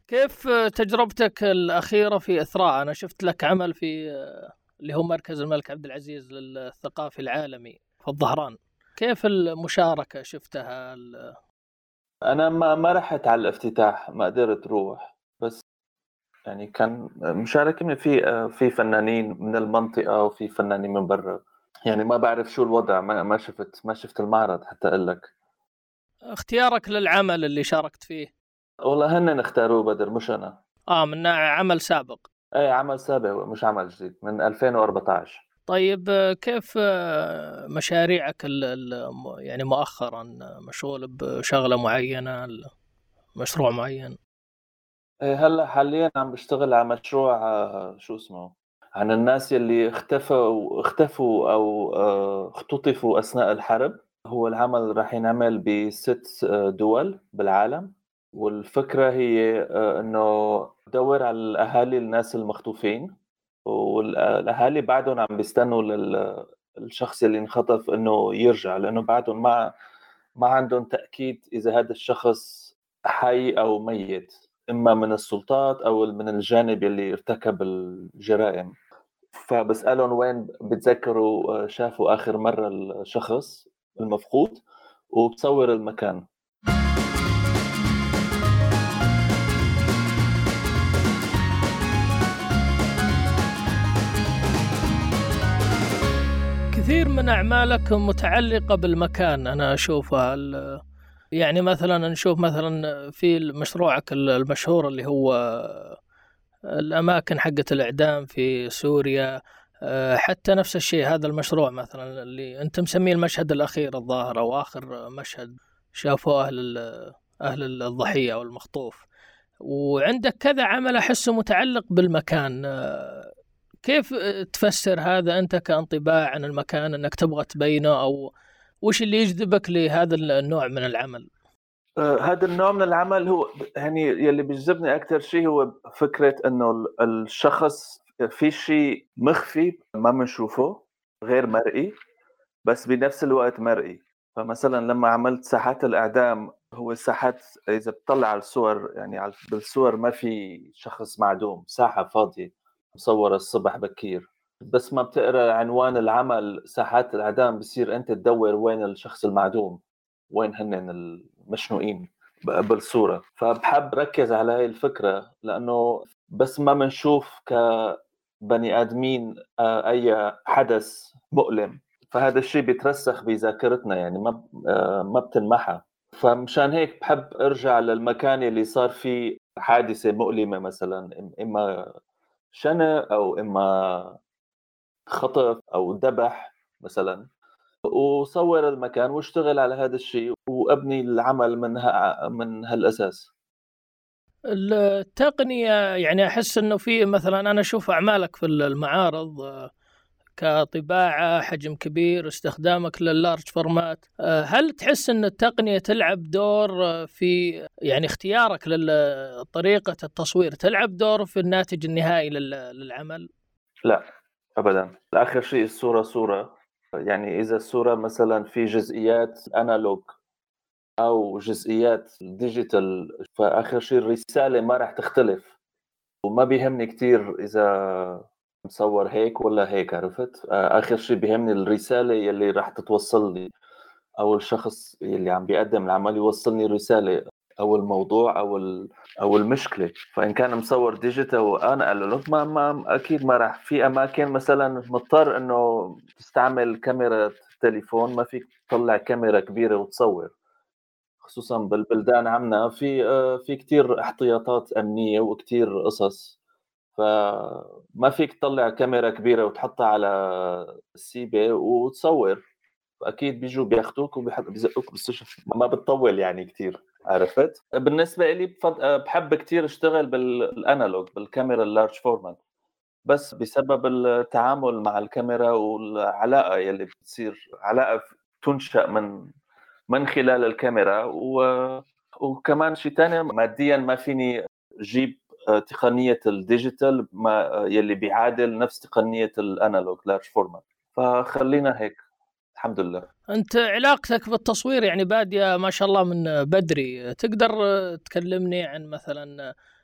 كيف تجربتك الأخيرة في إثراء؟ أنا شفت لك عمل في اللي هو مركز الملك عبد العزيز للثقافي العالمي في الظهران. كيف المشاركة شفتها انا ما رحت على الافتتاح، ما قدرت روح، بس يعني كان مشاركين في فنانين من المنطقة وفي فنانين من برا. يعني ما بعرف شو الوضع، ما شفت المعرض حتى اقول لك. اختيارك للعمل اللي شاركت فيه؟ والله هن اختاروه بدر، مش انا. من عمل سابق. اي عمل سابق مش عمل جديد، من 2014. طيب، كيف مشاريعك يعني مؤخرا مشغول بشغلة معينة، مشروع معين؟ ايه هلا حاليا عم بشتغل على مشروع، شو اسمه، عن الناس يلي اختفوا او اختطفوا اثناء الحرب. هو العمل راح ينعمل ب6 دول بالعالم. والفكرة هي انه دور على الاهالي، الناس المخطوفين، والاهالي بعدهم عم بيستنوا للشخص اللي انخطف انه يرجع، لانه بعدهم ما عندهم تأكيد اذا هذا الشخص حي او ميت، اما من السلطات او من الجانب اللي ارتكب الجرائم. فبسألهم وين بتذكروا شافوا آخر مرة الشخص المفقود، وبتصور المكان. كثير من أعمالك متعلقة بالمكان، أنا أشوفها. يعني مثلا نشوف مثلا في مشروعك المشهور اللي هو الأماكن حقة الإعدام في سوريا. حتى نفس الشيء هذا المشروع مثلا اللي أنت مسميه المشهد الأخير الظاهر أو آخر مشهد شافوه أهل الضحية أو المخطوف. وعندك كذا عمل أحسه متعلق بالمكان. كيف تفسر هذا أنت كانطباع عن المكان، أنك تبغى تبينه، أو وش اللي يجذبك لهذا النوع من العمل؟ هذا النوع من العمل هو يعني يلي بيجذبني أكثر شيء هو فكرة إنه الشخص في شيء مخفي ما بنشوفه، غير مرئي، بس بنفس الوقت مرئي. فمثلا لما عملت ساحات الإعدام، هو الساحات إذا بتطلع على الصور، يعني بالصور ما في شخص معدوم، ساحة فاضية مصورة الصبح بكير. بس ما بتقرأ عنوان العمل ساحات الإعدام بصير أنت تدور وين الشخص المعدوم، وين هن المشنوقين بالصورة. فبحب ركز على هاي الفكرة، لأنه بس ما منشوف كبني آدمين أي حدث مؤلم، فهذا الشيء بيترسخ بذاكرتنا، يعني ما بتنمحى. فمشان هيك بحب ارجع للمكان اللي صار فيه حادثة مؤلمة، مثلا اما شنق او اما خطف او ذبح مثلا، وصور المكان واشتغل على هذا الشيء وابني العمل من هالاساس. التقنية، يعني أحس أنه في مثلا أنا أشوف أعمالك في المعارض كطباعة حجم كبير، استخدامك لللارج فورمات. هل تحس أن التقنية تلعب دور في يعني اختيارك لطريقة التصوير، تلعب دور في الناتج النهائي للعمل؟ لا أبدا. آخر شيء الصورة صورة، يعني إذا الصورة مثلا في جزئيات أنالوج أو جزئيات ديجيتال، فآخر شيء الرسالة ما راح تختلف. وما بيهمني كتير إذا مصور هيك ولا هيك، عرفت؟ آخر شيء بيهمني الرسالة يلي راح تتوصل لي، أو الشخص يلي عم بيقدم العمل يوصلني الرسالة أو الموضوع أو المشكلة. فإن كان مصور ديجيتال وأنا أنالوج، ما أكيد ما راح. في أماكن مثلا مضطر إنه تستعمل كاميرا تليفون، ما فيك تطلع كاميرا كبيرة وتصور، خصوصا بالبلدان عنا في كتير احتياطات أمنية وكتير قصص. فما فيك تطلع كاميرا كبيرة وتحطها على السيبة وتصور، فأكيد بيجوا بياخدوك وبيزقوك بالسجن. ما بتطول يعني كتير، عرفت؟ بالنسبة لي بحب كتير اشتغل بالانالوج، بالكاميرا اللارج فورمات، بس بسبب التعامل مع الكاميرا والعلاقة يلي بتصير، علاقة تنشأ من خلال الكاميرا. وكمان شيء تاني، ماديا ما فيني جيب تقنية الديجيتال يلي بيعادل نفس تقنية الانالوج لارج فورمات، فخلينا هيك الحمد لله. أنت علاقتك بالتصوير يعني بادية ما شاء الله من بدري. تقدر تكلمني عن مثلا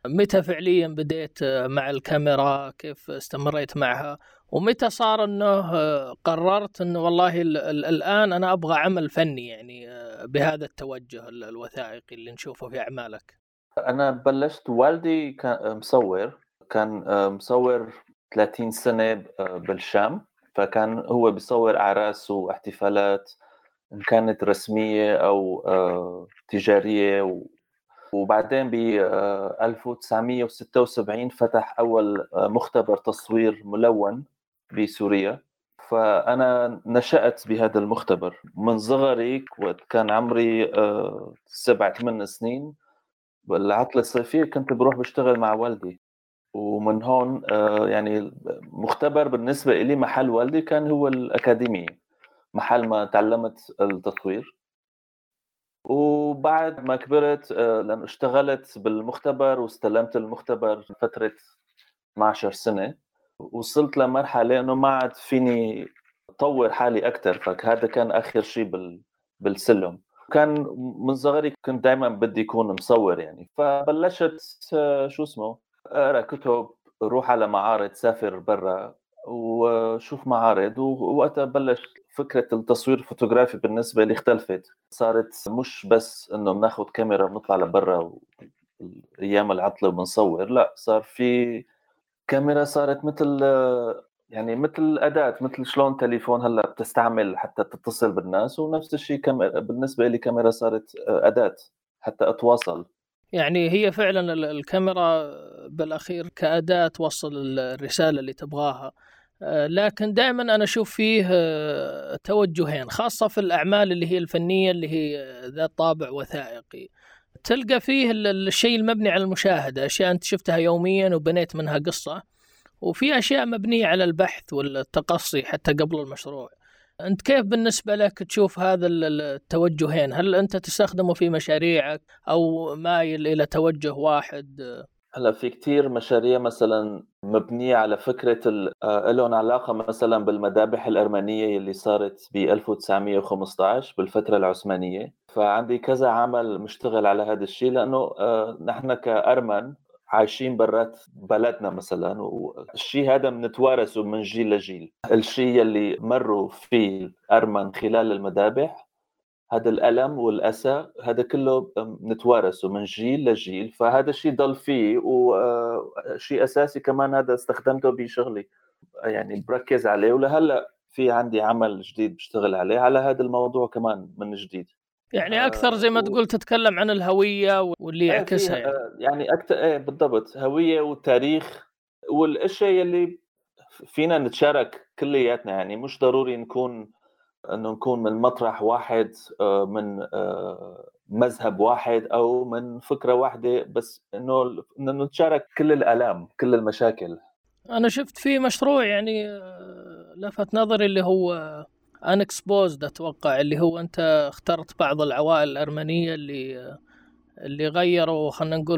متى فعليا بديت مع الكاميرا؟ كيف استمريت معها؟ ومتى صار أنه قررت أنه والله الآن أنا أبغى عمل فني يعني بهذا التوجه الوثائقي اللي نشوفه في أعمالك؟ أنا بلشت، والدي كان مصور، كان مصور 30 سنة بالشام. فكان هو بيصور أعراس واحتفالات، إن كانت رسمية أو تجارية. وبعدين ب 1976 فتح أول مختبر تصوير ملون بسوريا. فأنا نشأت بهذا المختبر من صغري، وقت كان عمري 7-8 سنين. بالعطلة الصيفية كنت بروح بشتغل مع والدي. ومن هون يعني مختبر بالنسبة إلي محل والدي كان هو الأكاديمية، محل ما تعلمت التصوير. وبعد ما كبرت لأن اشتغلت بالمختبر واستلمت المختبر فترة 12 سنة، وصلت لمرحلة إنه ما عاد فيني أطور حالي أكتر. فهذا كان آخر شيء بالسلم. كان من صغري كنت دائما بدي أكون مصور يعني. فبلشت شو اسمه أقرأ كتب، روح على معارض، سافر برا وشوف معارض. ووقتها بلش فكرة التصوير الفوتوغرافي بالنسبة لي اختلفت. صارت مش بس إنه بناخد كاميرا بنطلع لبرا أيام العطلة وبنصور، لا، صار في كاميرا صارت مثل يعني مثل أداة، مثل شلون تليفون هلا بتستعمل حتى تتصل بالناس، ونفس الشيء بالنسبة لي كاميرا صارت أداة حتى أتواصل. يعني هي فعلا الكاميرا بالأخير كأداة توصل الرسالة اللي تبغاها. لكن دائما أنا أشوف فيه توجهين، خاصة في الأعمال اللي هي الفنية اللي هي ذات طابع وثائقي. تلقى فيه الشيء المبني على المشاهدة، أشياء أنت شفتها يوميا وبنيت منها قصة، وفي أشياء مبنية على البحث والتقصي حتى قبل المشروع. أنت كيف بالنسبة لك تشوف هذا التوجهين؟ هل أنت تستخدمه في مشاريعك أو مايل إلى توجه واحد؟ هلا في كتير مشاريع مثلا مبنية على فكرة لهم علاقة مثلا بالمذابح الأرمنية اللي صارت ب 1915 بالفترة العثمانية. فعندي كذا عمل مشتغل على هذا الشيء، لأنه نحن كأرمن عايشين برات بلدنا مثلا، والشيء هذا بنتوارثه من جيل لجيل. الشيء اللي مروا فيه الأرمن خلال المذابح، هذا الألم والأسى، هذا كله نتوارثه من جيل لجيل. فهذا الشيء ضل فيه، وشيء أساسي كمان هذا استخدمته بشغلي يعني بركز عليه. ولهلا في عندي عمل جديد بشتغل عليه على هذا الموضوع كمان من جديد. يعني أكثر زي ما تقول تتكلم عن الهوية واللي يعكسها فيها يعني. يعني أكتر بالضبط، هوية وتاريخ والأشياء اللي فينا نتشارك كلياتنا. يعني مش ضروري انه نكون من مطرح واحد، من مذهب واحد او من فكره واحده، بس انه نتشارك كل الالام، كل المشاكل. أنا شفت في مشروع يعني لفت نظري، اللي هو Unexposed أتوقع، اللي هو أنت اخترت بعض العوائل الأرمنية اللي غيروا، خلينا نقول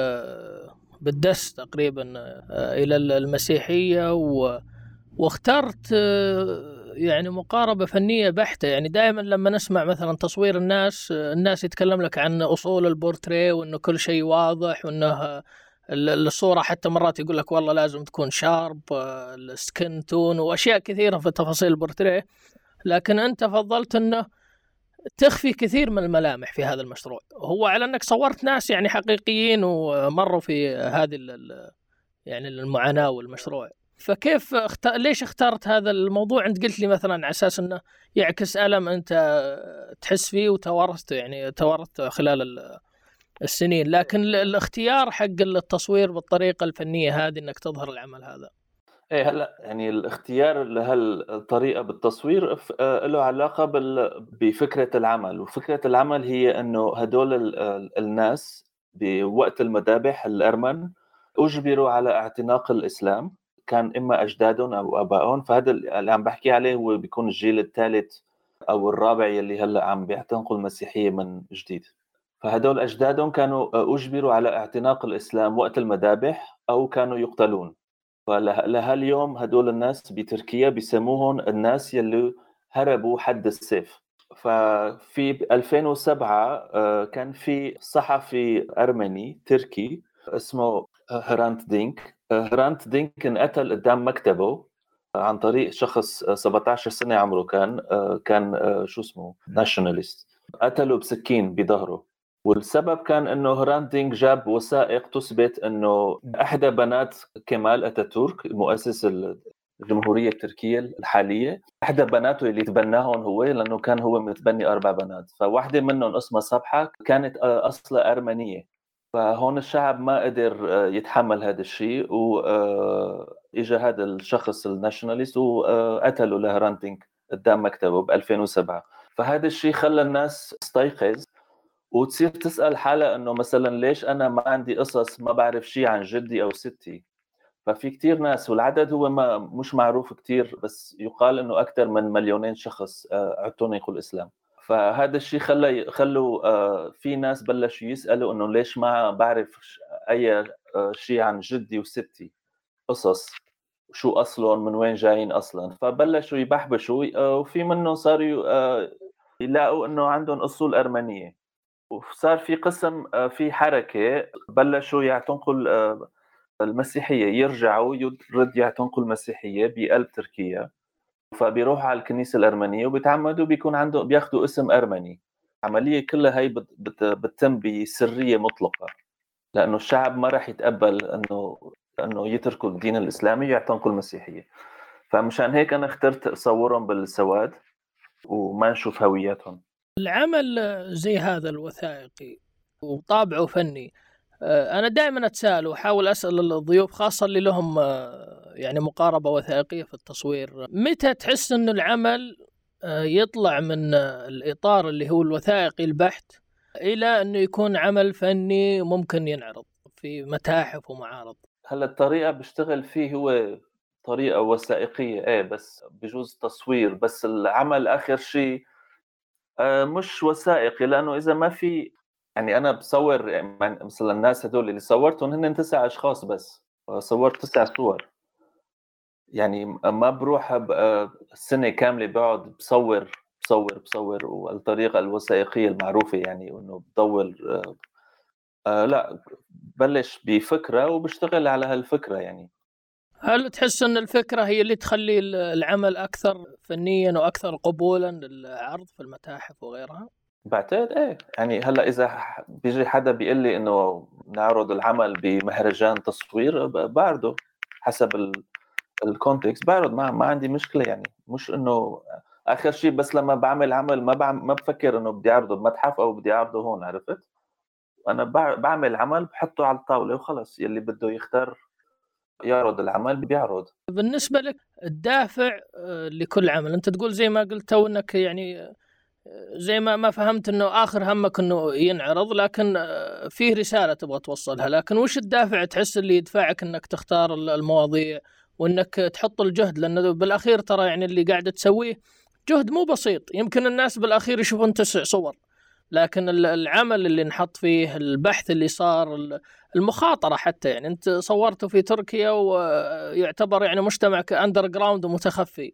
بالدس تقريبا إلى المسيحية، واخترت يعني مقاربة فنية بحتة. يعني دائما لما نسمع مثلا تصوير الناس يتكلم لك عن أصول البورتريه، وأنه كل شيء واضح، وأنه الصورة حتى مرات يقول لك والله لازم تكون شارب، السكن تون، وأشياء كثيرة في تفاصيل البورتريه. لكن أنت فضلت أنه تخفي كثير من الملامح في هذا المشروع، هو على أنك صورت ناس يعني حقيقيين ومروا في هذه يعني المعاناة والمشروع. فكيف ليش اخترت هذا الموضوع؟ أنت قلت لي مثلا على أساس أنه يعكس ألم أنت تحس فيه وتورثته، يعني تورثته خلال السنين. لكن الاختيار حق التصوير بالطريقة الفنية هذه أنك تظهر العمل هذا. ايه هلا يعني الاختيار لهالطريقه بالتصوير له علاقه بفكره العمل. وفكره العمل هي انه هدول الناس بوقت المذابح الارمن اجبروا على اعتناق الاسلام، كان اما اجدادهم او ابائهم. فهذا اللي عم بحكي عليه هو بيكون الجيل الثالث او الرابع يلي هلا عم بيعتنقوا المسيحيه من جديد. فهدول اجدادهم كانوا اجبروا على اعتناق الاسلام وقت المذابح او كانوا يقتلون. فلهاليوم هدول الناس بتركيا بيسموهم الناس يلي هربوا حد السيف. ففي 2007 كان في صحفي أرمني تركي اسمه هرانت دينك. هرانت دينك انقتل قدام مكتبه عن طريق شخص 17 سنة عمره، كان شو اسمه ناشوناليست، قتله بسكين بظهره. والسبب كان انه هرانت دينك جاب وثائق تثبت انه احدى بنات كمال اتاتورك مؤسس الجمهورية التركية الحالية، احدى بناته اللي تبناهم هو، لانه كان هو متبني 4 بنات، فواحدة منهم اسمها صبحة كانت اصلها ارمنية. فهون الشعب ما قدر يتحمل هذا الشيء، واجا هذا الشخص الناشوناليست وقتله لهرانتينج قدام مكتبه ب 2007. فهذا الشيء خلى الناس تستيقظ وتصير تسأل حالها انه مثلا ليش انا ما عندي قصص، ما بعرف شيء عن جدي او ستي. ففي كتير ناس، والعدد هو ما مش معروف كتير، بس يقال انه اكثر من 2,000,000 شخص اعتنقوا الاسلام. فهذا الشيء خلوا في ناس بلشوا يسألوا انه ليش ما بعرف اي شيء عن جدي وستي، قصص شو اصلهم، من وين جايين اصلا. فبلشوا يبحبشوا، وفي منهم صاروا يلاقوا انه عندهم اصول ارمنيه. وصار في قسم، في حركه بلشوا يعتنقوا المسيحيه، يرجعوا يعتنقوا المسيحيه بقلب تركيا. فبيروحوا على الكنيسة الأرمنية وبيتعمدوا بياخدوا اسم أرمني. العملية كلها هي بتتم بسرية مطلقة، لأنه الشعب ما راح يتقبل أنه يتركوا الدين الإسلامي ويعتنقوا المسيحية. فمشان هيك أنا اخترت أصورهم بالسواد وما نشوف هوياتهم. العمل زي هذا الوثائقي وطابعه فني، أنا دائما أتساءل وأحاول أسأل الضيوف خاصة اللي لهم يعني مقاربة وثائقية في التصوير، متى تحس أن العمل يطلع من الإطار اللي هو الوثائقي البحت إلى أنه يكون عمل فني ممكن ينعرض في متاحف ومعارض؟ هلا الطريقة بشتغل فيه هو طريقة وثائقية، بس بجوز تصوير، بس العمل آخر شيء مش وثائقي، لأنه إذا ما في، يعني أنا بصور مثلا الناس هدول اللي صورتهم هن 9 أشخاص بس، صورت 9 صور. يعني ما بروح سنة كاملة بقعد بصور والطريقة الوثائقية المعروفة، يعني إنه بدور لا، بلش بفكرة وبشتغل على هالفكرة. يعني هل تحس أن الفكرة هي اللي تخلي العمل أكثر فنيا وأكثر قبولا للعرض في المتاحف وغيرها؟ بعتقد يعني هلا إذا بيجي حدا بيقول لي إنه نعرض العمل بمهرجان تصوير، بعرضه حسب الكونتكست، بعرض، ما عندي مشكلة. يعني مش إنه آخر شيء، بس لما بعمل عمل ما بفكر إنه بدي أعرضه بمتحف أو بدي أعرضه هون، عرفت؟ أنا بعمل عمل بحطه على الطاولة وخلص، يلي بده يختار يعرض العمل بيعرض. بالنسبة لك الدافع لكل عمل، أنت تقول زي ما قلت تو أنك يعني زي ما فهمت أنه آخر همك أنه ينعرض، لكن فيه رسالة تبغى توصلها، لكن وش الدافع تحس اللي يدفعك أنك تختار المواضيع وأنك تحط الجهد؟ لأنه بالأخير ترى يعني اللي قاعد تسويه جهد مو بسيط. يمكن الناس بالأخير يشوفون 9 صور، لكن العمل اللي نحط فيه، البحث اللي صار، المخاطرة حتى، يعني أنت صورته في تركيا ويعتبر يعني مجتمع أندر جراوند ومتخفي.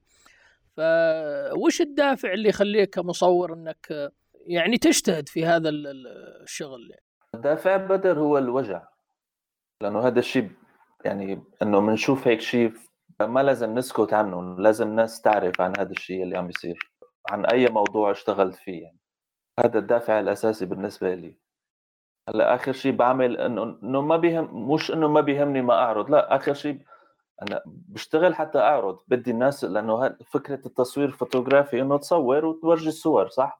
فوش الدافع اللي يخليك كمصور أنك يعني تجتهد في هذا الشغل؟ الدافع بدر هو الوجع، لأنه هذا الشيء يعني إنه منشوف هيك شيء ما لازم نسكت عنه، لازم الناس تعرف عن هذا الشيء اللي عم يصير، عن أي موضوع اشتغلت فيه. يعني هذا الدافع الأساسي بالنسبة لي. هلا آخر شيء بعمل إنه ما مش إنه ما بيهمني ما أعرض، لا، آخر شيء أنا بشتغل حتى أعرض، بدي الناس، لأنه فكرة التصوير الفوتوغرافي إنه تصور وتورجي الصور، صح؟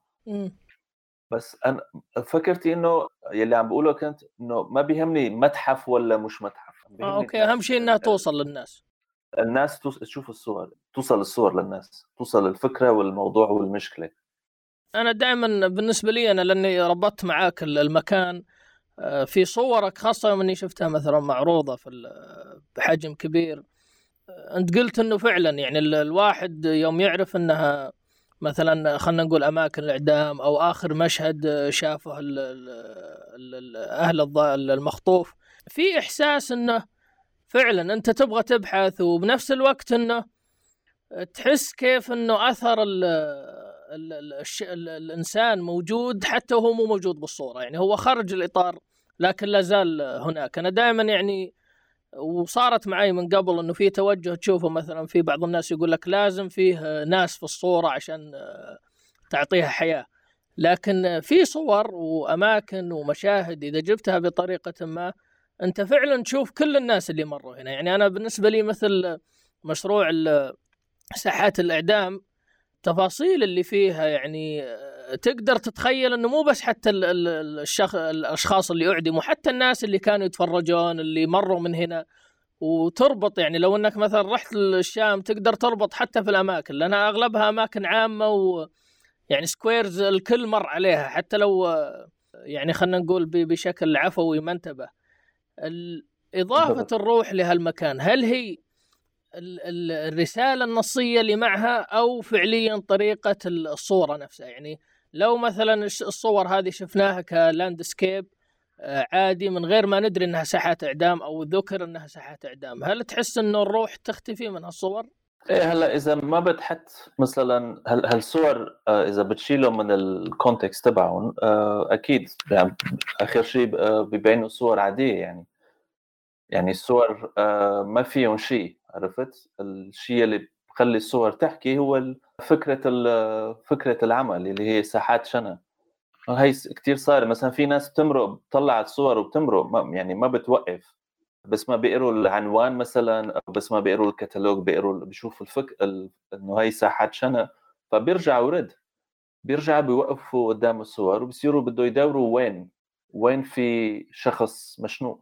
بس أنا فكرتي إنه يلي عم بقوله كنت إنه ما بيهمني متحف ولا مش متحف، بيهمني أوكي، أهم شيء أنها توصل للناس. الناس تشوف الصور، توصل الصور للناس، توصل الفكرة والموضوع والمشكلة. أنا دائما بالنسبة لي، أنا لأني ربطت معاك المكان في صورك، خاصة مني شفتها مثلا معروضة بحجم كبير، أنت قلت أنه فعلا يعني الواحد يوم يعرف أنها مثلا خلنا نقول أماكن الإعدام أو آخر مشهد شافه أهل المخطوف، في إحساس أنه فعلا أنت تبغى تبحث، وبنفس الوقت أنه تحس كيف أنه أثر الإنسان موجود حتى وهو مو موجود بالصورة. يعني هو خرج الإطار لكن لا زال هناك. أنا دائما يعني، وصارت معي من قبل، أنه في توجه تشوفه مثلا في بعض الناس يقول لك لازم فيه ناس في الصورة عشان تعطيها حياة، لكن في صور وأماكن ومشاهد إذا جبتها بطريقة ما أنت فعلا تشوف كل الناس اللي مروا هنا. يعني أنا بالنسبة لي مثل مشروع ساحات الإعدام، تفاصيل اللي فيها يعني تقدر تتخيل أنه مو بس حتى الأشخاص اللي أعدموا، حتى الناس اللي كانوا يتفرجون اللي مروا من هنا، وتربط يعني لو أنك مثلا رحت للشام تقدر تربط حتى في الأماكن، لأنها أغلبها أماكن عامة ويعني سكويرز الكل مر عليها، حتى لو يعني خلنا نقول بشكل عفوي ما انتبه. إضافة الروح لهالمكان، هل هي الرسالة النصية اللي معها أو فعليا طريقة الصورة نفسها؟ يعني لو مثلا الصور هذه شفناها كلاندسكيب عادي من غير ما ندري أنها ساحات إعدام أو ذكر أنها ساحات إعدام، هل تحس أنه الروح تختفي من هالصور؟ ايه هلا اذا ما بتحط مثلا هالصور اذا بتشيله من الكونتكست تبعهم اكيد يعني اخر شيء بيبينوا صور عاديه. يعني الصور ما فيهم شيء، عرفت؟ الشيء اللي بخلي الصور تحكي هو فكره العمل اللي هي ساحات شنا. هي كتير صار مثلا في ناس بتمرق بتطلع الصور وبتمرق يعني ما بتوقف، بس ما بيقروا العنوان مثلا، أو بس ما بيقروا الكتالوج، بيشوفوا انه هي ساحات شنا، فبيرجعوا ورد بيرجعوا بيوقفوا قدام الصور وبصيروا بده يدوروا وين في شخص مشنوق.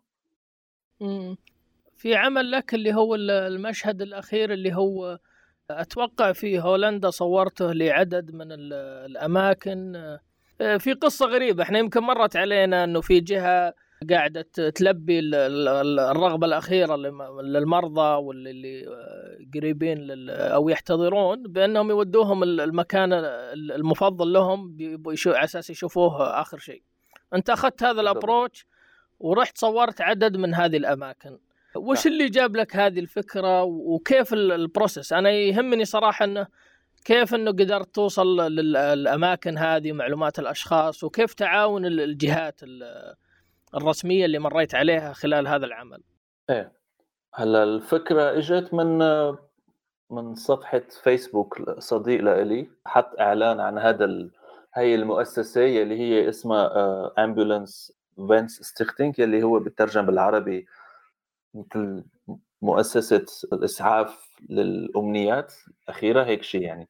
في عمل لك اللي هو المشهد الأخير اللي هو أتوقع في هولندا، صورته لعدد من الأماكن. في قصة غريبة احنا يمكن مرت علينا أنه في جهة قاعدة تلبي الرغبة الأخيرة للمرضى واللي قريبين أو يحتضرون، بأنهم يودوهم المكان المفضل لهم على أساس يشوفوه آخر شيء. أنت أخذت هذا الأبروتش ورحت صورت عدد من هذه الأماكن. وش اللي جاب لك هذه الفكرة وكيف البروسيس؟ أنا يهمني صراحة أنه كيف أنه قدرت توصل للأماكن هذه ومعلومات الأشخاص، وكيف تعاون الجهات الرسمية اللي مريت عليها خلال هذا العمل. ايه هلا الفكرة اجت من صفحة فيسبوك. صديق لإلي حط إعلان عن هاي المؤسسة اللي هي اسمها Ambulance Vents Stichting، اللي هو بالترجم بالعربي مثل مؤسسة الإسعاف للأمنيات الأخيرة، هيك شيء يعني.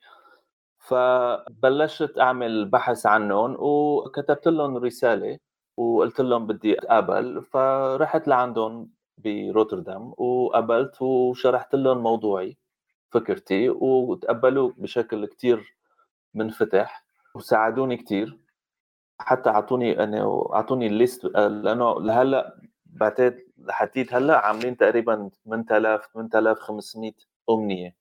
فبلشت أعمل بحث عنهم وكتبت لهم رسالة وقلت لهم بدي أتقابل، فرحت لعندهم بروتردام وقابلت وشرحت لهم موضوعي فكرتي، وتقبلوا بشكل كتير منفتح وساعدوني كتير. حتى اعطوني الليست، لانه لهلا بعتقد لحديت هلا عاملين تقريبا 8500 امنيه.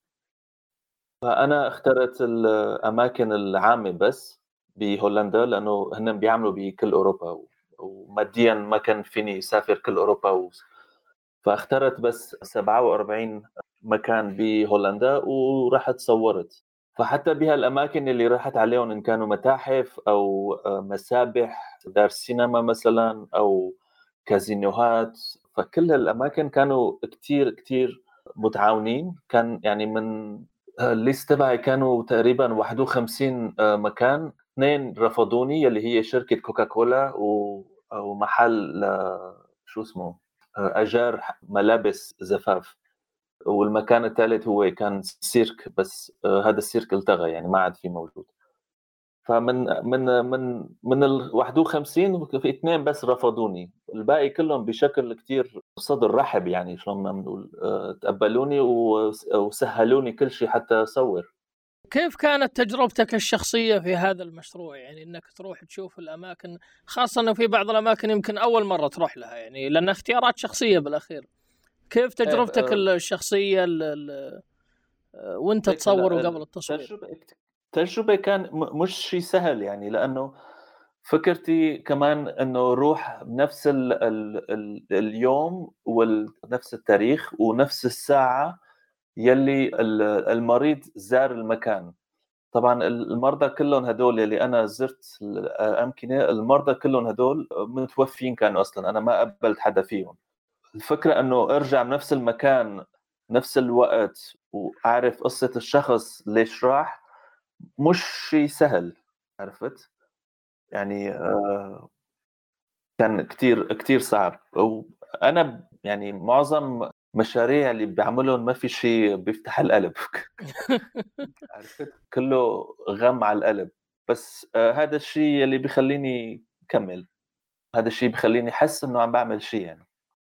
فانا اخترت الاماكن العامه بس بهولندا، لانه هن بيعملوا بكل اوروبا وماديا ما كان فيني اسافر كل اوروبا فاخترت بس 47 مكان بهولندا ورحت صورت. فحتى بهالاماكن اللي رحت عليهم ان كانوا متاحف او مسابح دار سينما مثلا او كازينوهات، فكل هالاماكن كانوا كتير كتير متعاونين. كان يعني من الليست تبعي كانوا تقريبا 51 مكان، 2 رفضوني اللي هي شركة كوكاكولا ومحل شو اسمه أجار ملابس زفاف، والمكان الثالث هو كان سيرك، بس هذا السيرك التغى يعني ما عاد فيه موجود. فمن ال 51 في 2 بس رفضوني، الباقي كلهم بشكل كتير صدر رحب، يعني شلون ما بنقول تقبلوني وسهلوني كل شيء حتى أصور. كيف كانت تجربتك الشخصية في هذا المشروع؟ يعني انك تروح تشوف الاماكن، خاصة انه في بعض الاماكن يمكن اول مرة تروح لها، يعني لان اختيارات شخصية بالاخير. كيف تجربتك الشخصية وانت تصور وقبل التصوير؟ تجربة كان مش شيء سهل يعني، لأنه فكرتي كمان أنه روح بنفس اليوم ونفس التاريخ ونفس الساعة يلي المريض زار المكان. طبعا المرضى كلهم هدول اللي انا زرت الامكنه، المرضى كلهم هدول متوفين كانوا اصلا، انا ما قبلت حدا فيهم. الفكره انه ارجع بنفس المكان نفس الوقت واعرف قصه الشخص ليش راح، مش شيء سهل، عرفت يعني. كان كتير صعب. وانا يعني معظم مشاريع اللي بعملهم ما في شيء بيفتح القلب عرفت، كله غم على القلب. بس هذا الشيء اللي بيخليني كمل، هذا الشيء بيخليني احس انه عم بعمل شيء يعني.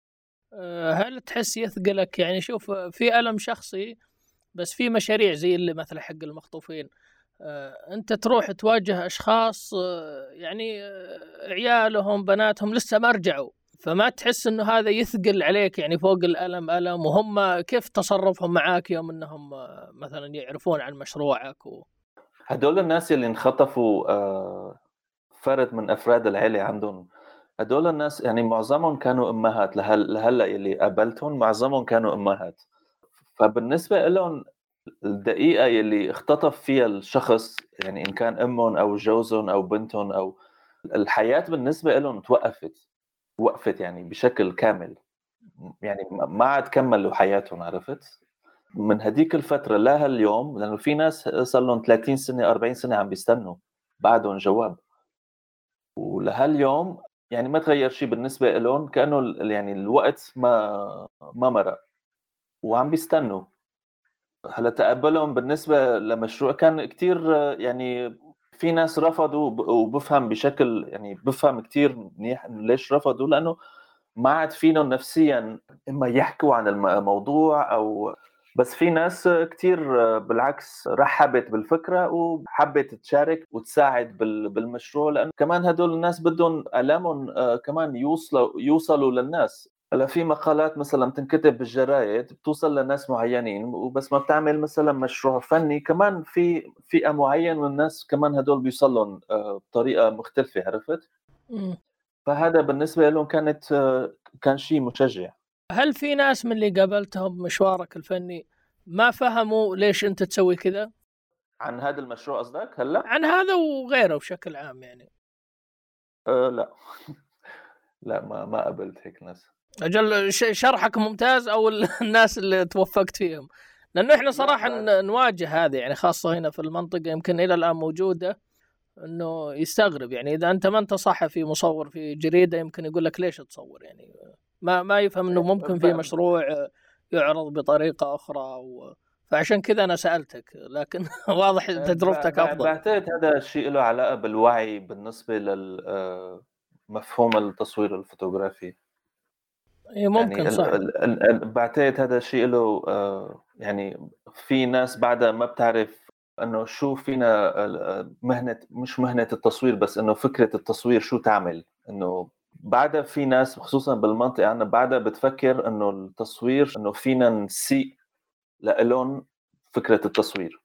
هل تحس يثقلك؟ يعني شوف، في ألم شخصي، بس في مشاريع زي اللي مثل حق المخطوفين، أنت تروح تواجه أشخاص يعني عيالهم بناتهم لسه ما رجعوا، فما تحس إنه هذا يثقل عليك يعني فوق الألم ألم؟ وهم كيف تصرفهم معاك يوم إنهم مثلا يعرفون عن مشروعك هدول الناس اللي انخطفوا فرد من افراد العيله عندهم، هدول الناس يعني معظمهم كانوا امهات، لهلا اللي قابلتهم معظمهم كانوا امهات. فبالنسبه لهم الدقيقه اللي اختطف فيها الشخص، يعني ان كان امهم او جوزهم او بنتهم، او الحياه بالنسبه لهم وقفت يعني بشكل كامل، يعني ما عاد كملوا حياتهم، عرفت. من هديك الفتره لهاليوم، لانه في ناس صار لهم 30 سنه 40 سنه عم بيستنوا بعدهم جواب، ولهاليوم يعني ما تغير شيء بالنسبه لهم، كانه يعني الوقت ما مرق وعم بيستنوا. هلا تقبلهم بالنسبه لمشروع كان كتير يعني في ناس رفضوا، وبفهم بشكل يعني بفهم كتير منيح ليش رفضوا، لانه ما عاد فينهم نفسيا اما يحكوا عن الموضوع او. بس في ناس كتير بالعكس رحبت بالفكرة وحبت تشارك وتساعد بالمشروع، لأنه كمان هدول الناس بدهم ألامهم كمان يوصلوا للناس. هلا في مقالات مثلا تنكتب بالجرايد بتوصل لناس معينين، وبس ما بتعمل مثلا مشروع فني كمان في فئة معينة من الناس كمان هدول بيوصلهم بطريقة مختلفة، عرفت؟ فهذا بالنسبة لهم كان شيء مشجع. هل في ناس من اللي قابلتهم مشوارك الفني ما فهموا ليش أنت تسوي كذا؟ عن هذا المشروع قصدك هلا؟ عن هذا وغيره بشكل عام يعني. لا لا، ما قابلت هيك ناس. أجل شرحك ممتاز، أو الناس اللي توفقت فيهم، لأنه إحنا لا صراحة نواجه هذه يعني، خاصة هنا في المنطقة يمكن إلى الآن موجودة، إنه يستغرب يعني إذا أنت ما أنت صحفي مصور في جريدة يمكن يقول لك ليش تصور يعني، ما يفهم إنه ممكن في مشروع يعرض بطريقة أخرى فعشان كذا أنا سألتك، لكن واضح تجربتك أفضل. بعتقد هذا الشيء له علاقة بالوعي بالنسبة مفهوم التصوير الفوتوغرافي. ممكن يعني صح. بعتقد هذا الشيء له يعني في ناس بعدها ما بتعرف انه شو فينا مهنة، مش مهنة التصوير بس، انه فكرة التصوير شو تعمل. انه بعدها في ناس خصوصا بالمنطقة عنا بعدها بتفكر انه التصوير انه فينا نسيء لإلهم فكرة التصوير،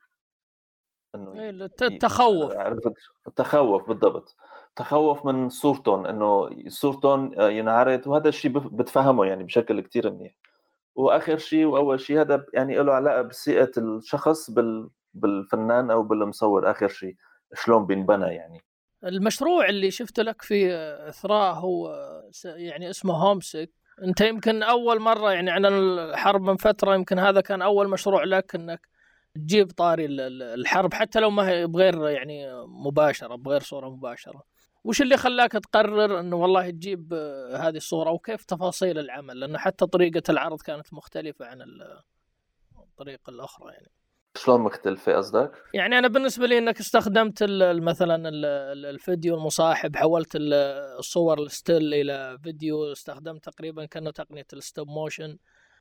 انه التخوف. عرفت، التخوف بالضبط، تخوف من صورتهم، انه صورتهم ينعرض، وهذا الشيء بتفهمه يعني بشكل كتير منيح. واخر شيء واول شيء هذا يعني له علاقه بثقه الشخص بالفنان او بالمصور، اخر شيء شلون بينبنى يعني. المشروع اللي شفت لك في إثراء هو يعني اسمه هومسك، أنت يمكن أول مرة يعني عن الحرب من فترة، يمكن هذا كان أول مشروع لك أنك تجيب طاري الحرب حتى لو ما هي بغير يعني مباشرة، بغير صورة مباشرة. وش اللي خلاك تقرر أنه والله تجيب هذه الصورة، وكيف تفاصيل العمل؟ لأنه حتى طريقة العرض كانت مختلفة عن الطريقة الأخرى يعني. شلون مختلفه قصدك؟ يعني أنا بالنسبة لي أنك استخدمت مثلا الفيديو المصاحب، حولت الصور الستيل إلى فيديو، استخدمت تقريبا كأنه تقنية الستوب موشن،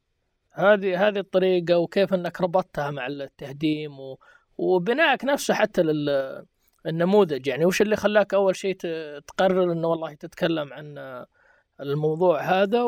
هذه الطريقة، وكيف أنك ربطتها مع التهديم وبنائك نفسه حتى للنموذج. يعني وش اللي خلاك أول شيء تقرر أنه والله تتكلم عن الموضوع هذا،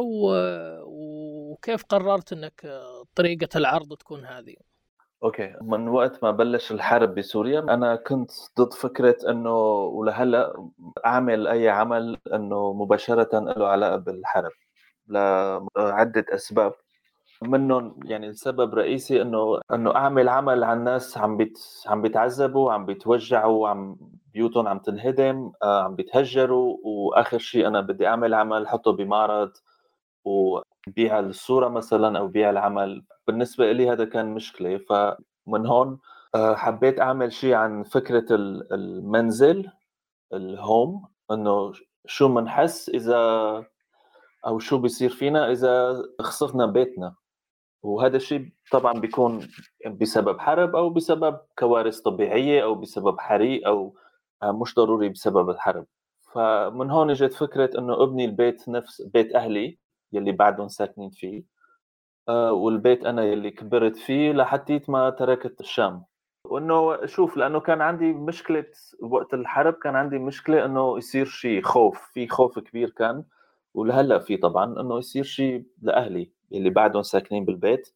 وكيف قررت أنك طريقة العرض تكون هذه؟ اوكي، من وقت ما بلش الحرب بسوريا انا كنت ضد فكره انه ولهلا اعمل اي عمل انه مباشره له علاقه بالحرب، لعده اسباب. منهم يعني السبب الرئيسي انه اعمل عمل عن ناس عم بيتعذبوا، عم بيتوجعوا، بيوتهم عم تنهدم، عم بيتهجروا، واخر شيء انا بدي اعمل عمل حطه بمعرض وبيع الصورة مثلا او بيع العمل. بالنسبة لي هذا كان مشكلة، فمن هون حبيت اعمل شيء عن فكرة المنزل، الهوم، انه شو منحس اذا او شو بيصير فينا اذا خسرنا بيتنا. وهذا الشيء طبعا بيكون بسبب حرب او بسبب كوارث طبيعية او بسبب حريق او مش ضروري بسبب الحرب. فمن هون اجت فكرة انه ابني البيت نفس بيت اهلي يلي بعدهم ساكنين فيه، والبيت انا يلي كبرت فيه لحديت ما تركت الشام. وانه شوف، لانه كان عندي مشكلة وقت الحرب، كان عندي مشكلة انه يصير شيء في خوف كبير كان، ولهلا في طبعا انه يصير شيء لاهلي اللي بعدهم ساكنين بالبيت،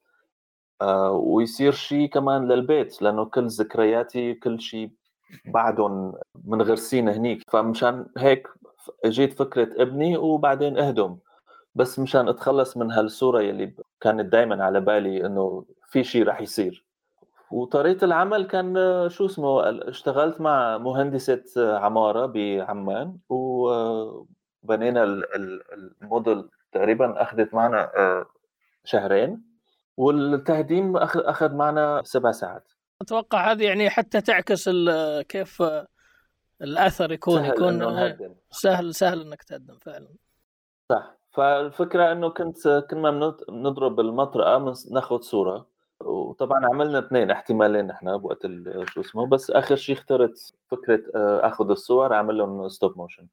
ويصير شيء كمان للبيت، لانه كل ذكرياتي كل شيء بعدهم منغرسين هنيك. فمشان هيك اجيت فكرة ابني وبعدين اهدم، بس مشان اتخلص من هالصورة يلي كانت دايما على بالي انه في شيء رح يصير. وطريقة العمل كان شو اسمه، اشتغلت مع مهندسة عمارة بعمان، وبنينا الموديل. تقريبا أخذت معنا شهرين، والتهديم أخذ معنا 7 ساعات. أتوقع هذه يعني حتى تعكس كيف الأثر سهل يكون إنه نهدم. سهل إنك تهدم فعلا. صح. فالفكرة إنه كنا بنضرب المطرقة ناخذ صورة، وطبعا عملنا 2 احتمالين نحن بوقت شو اسمه، بس آخر شيء اخترت فكرة أخذ الصور أعمل لهم ستوب موشن.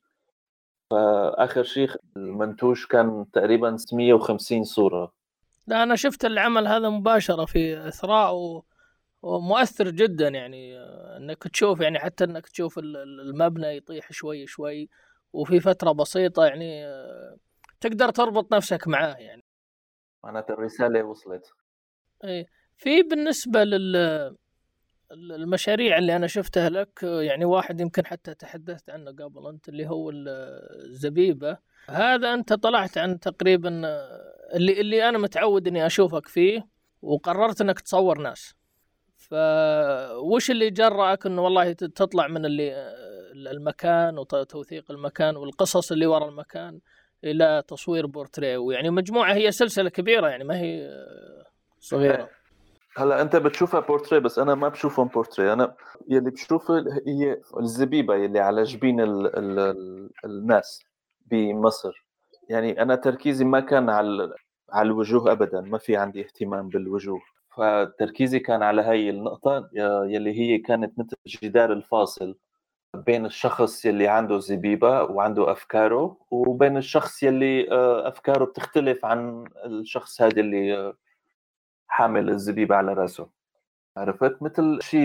فآخر شيء المنتوج كان تقريبا 150 صورة. لا أنا شفت العمل هذا مباشرة في إثراء ومؤثر جدا، يعني انك تشوف، يعني حتى انك تشوف المبنى يطيح شوي شوي وفي فترة بسيطة، يعني تقدر تربط نفسك معاه يعني. معناتها الرسالة وصلت. إيه. في بالنسبة للمشاريع اللي أنا شفتها لك، يعني واحد يمكن حتى تحدثت عنه قبل أنت، اللي هو الزبيبة. هذا أنت طلعت عن تقريبا اللي أنا متعود إني أشوفك فيه، وقررت إنك تصور ناس. فوش اللي جرأك انه والله تطلع من المكان وتوثيق المكان والقصص اللي وراء المكان الى تصوير بورتريه؟ ويعني مجموعة، هي سلسلة كبيرة يعني، ما هي صغيرة. هلا انت بتشوفها بورتريه، بس انا ما بشوفهم بورتريه. انا يلي بشوفه هي الزبيبه يلي على جبين الناس بمصر. يعني انا تركيزي ما كان على الوجوه ابدا، ما في عندي اهتمام بالوجوه. فتركيزي كان على هاي النقطه يلي هي كانت مثل الجدار الفاصل بين الشخص يلي عنده زبيبه وعنده افكاره، وبين الشخص يلي افكاره بتختلف عن الشخص هذا اللي حامل الزبيبه على راسه. عرفت؟ مثل شيء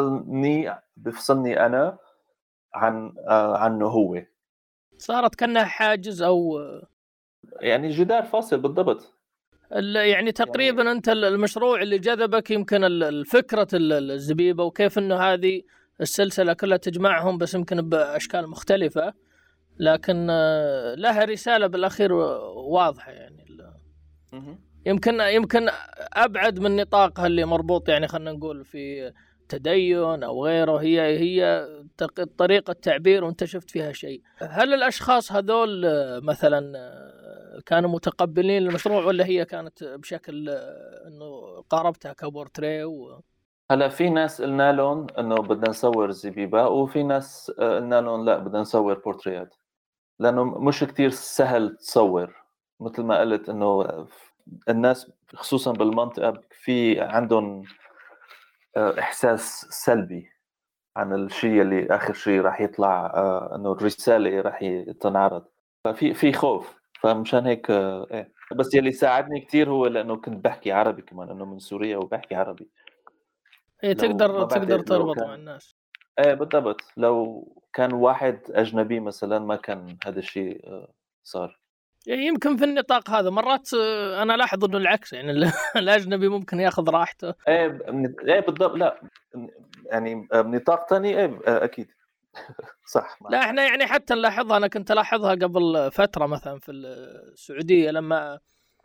بيفصلني انا عنه هو. صارت كأنها حاجز او يعني جدار فاصل بالضبط. يعني تقريبا يعني انت المشروع اللي جذبك يمكن الفكرة الزبيبة، وكيف انه هذه السلسلة كلها تجمعهم، بس يمكن باشكال مختلفة، لكن لها رسالة بالاخير واضحة يعني. يمكن ابعد من نطاقها اللي مربوط، يعني خلينا نقول في تدين او غيره، هي طريقه تعبير وانت شفت فيها شيء. هل الاشخاص هذول مثلا كانوا متقبلين المشروع، ولا هي كانت بشكل انه قاربتها كبورتريه هلا في ناس قلنا لهم انه بدنا نصور زبيبه، وفي ناس قلنا لهم لا بدنا نصور بورتريات، لانه مش كتير سهل تصور. مثل ما قلت انه الناس خصوصا بالمنطقه في عندهم احساس سلبي عن الشيء اللي اخر شيء راح يطلع، انه الرساله راح تنعرض. ففي خوف. فمشان هيك ايه. بس يلي ساعدني كتير هو لانه كنت بحكي عربي كمان، انه من سوريا وبحكي عربي. هي لو ما تقدر بعتقد لو تربط مع كان الناس. ايه بالضبط، لو كان واحد اجنبي مثلا ما كان هذا الشيء صار. يعني يمكن في النطاق هذا مرات انا لاحظ انه العكس، يعني الاجنبي ممكن ياخذ راحته. ايه بالضبط. لا يعني بنطاق ثاني ايه اكيد. صح لا معك حق. احنا يعني حتى نلاحظها، انا كنت الاحظها قبل فتره مثلا في السعوديه، لما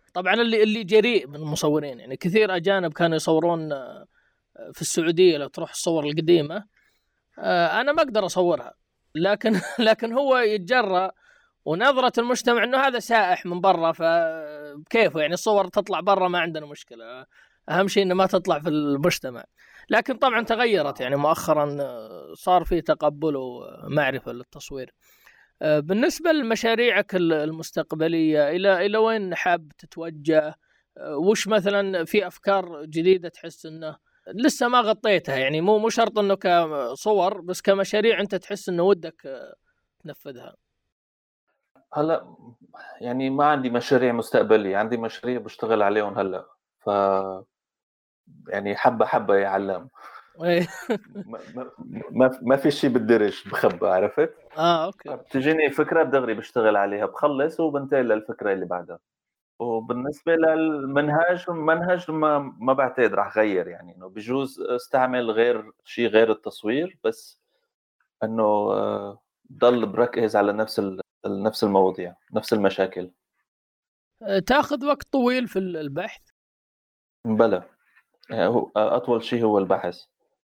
طبعا اللي جريء من المصورين، يعني كثير أجانب كانوا يصورون في السعودية. لو تروح الصور القديمة أنا ما أقدر أصورها، لكن لكن هو يتجرأ، ونظرة المجتمع إنه هذا سائح من برا، فكيفه يعني الصور تطلع برا ما عندنا مشكلة، أهم شيء إنه ما تطلع في المجتمع. لكن طبعا تغيرت، يعني مؤخرا صار في تقبل ومعرفة للتصوير. بالنسبة لمشاريعك المستقبلية، إلى وين حاب تتوجه؟ وش مثلا في أفكار جديدة تحس إنه لسه ما غطيتها؟ يعني مو شرط إنه كصور، بس كمشاريع أنت تحس إنه ودك تنفذها. هلا يعني ما عندي مشاريع مستقبلية، عندي مشاريع بشتغل عليهم هلا. ف يعني حبة يا علام. إيه. ما في شيء بالدرج بخبى، عرفت؟ أوكي. بتجيني فكرة دغري بشتغل عليها، بخلص وبنتقل للفكرة اللي بعدها. وبالنسبة للمنهج، ما بعتقد راح غير، يعني انه بجوز استعمل غير شيء غير التصوير، بس انه ضل بركز على نفس المواضيع، نفس المشاكل. تاخذ وقت طويل في البحث؟ بلى يعني هو اطول شيء هو البحث،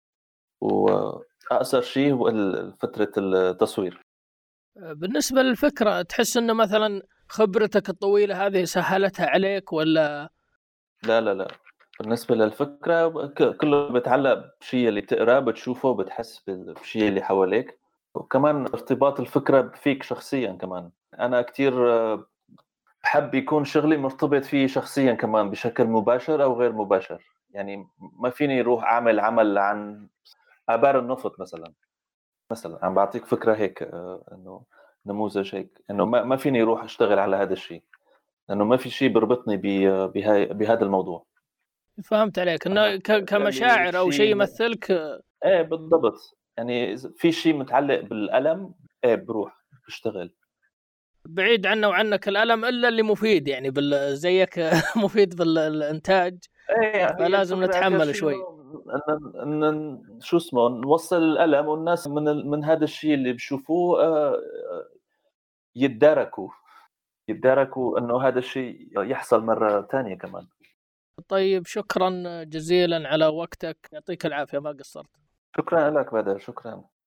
واقصر شيء هو فترة التصوير. بالنسبة للفكرة، تحس إنه مثلا خبرتك الطويلة هذه سهلتها عليك ولا؟ لا، بالنسبة للفكرة كله بيتعلق بشيء اللي بتقراه، بتشوفه، بتحس بالشيء اللي حواليك، وكمان ارتباط الفكرة فيك شخصيا. كمان أنا كتير بحب يكون شغلي مرتبط فيه شخصيا كمان، بشكل مباشر أو غير مباشر. يعني ما فيني أروح أعمل عمل عن آبار النفط مثلا عم بعطيك فكرة هيك، إنه نموذج هيك، إنه ما فيني أروح أشتغل على هذا الشيء، لأنه ما في شيء بربطني بهذا الموضوع. فهمت عليك، أما إنه خلي كمشاعر أو شيء شيء يمثلك. إيه بالضبط. يعني إذا في شيء متعلق بالألم، إيه بروح بشتغل بعيد عنه وعنك الألم إلا اللي مفيد، يعني زيك مفيد بالإنتاج، إيه. هي فلازم الفكرة آخر نتحمل شيء شوي. إن شو اسمه نوصل الألم، والناس من هذا الشيء اللي بشوفوه يتداركوا إنه هذا الشيء يحصل مرة تانية كمان. طيب شكرا جزيلا على وقتك، يعطيك العافية، ما قصرت. شكرا لك بدر، شكرا.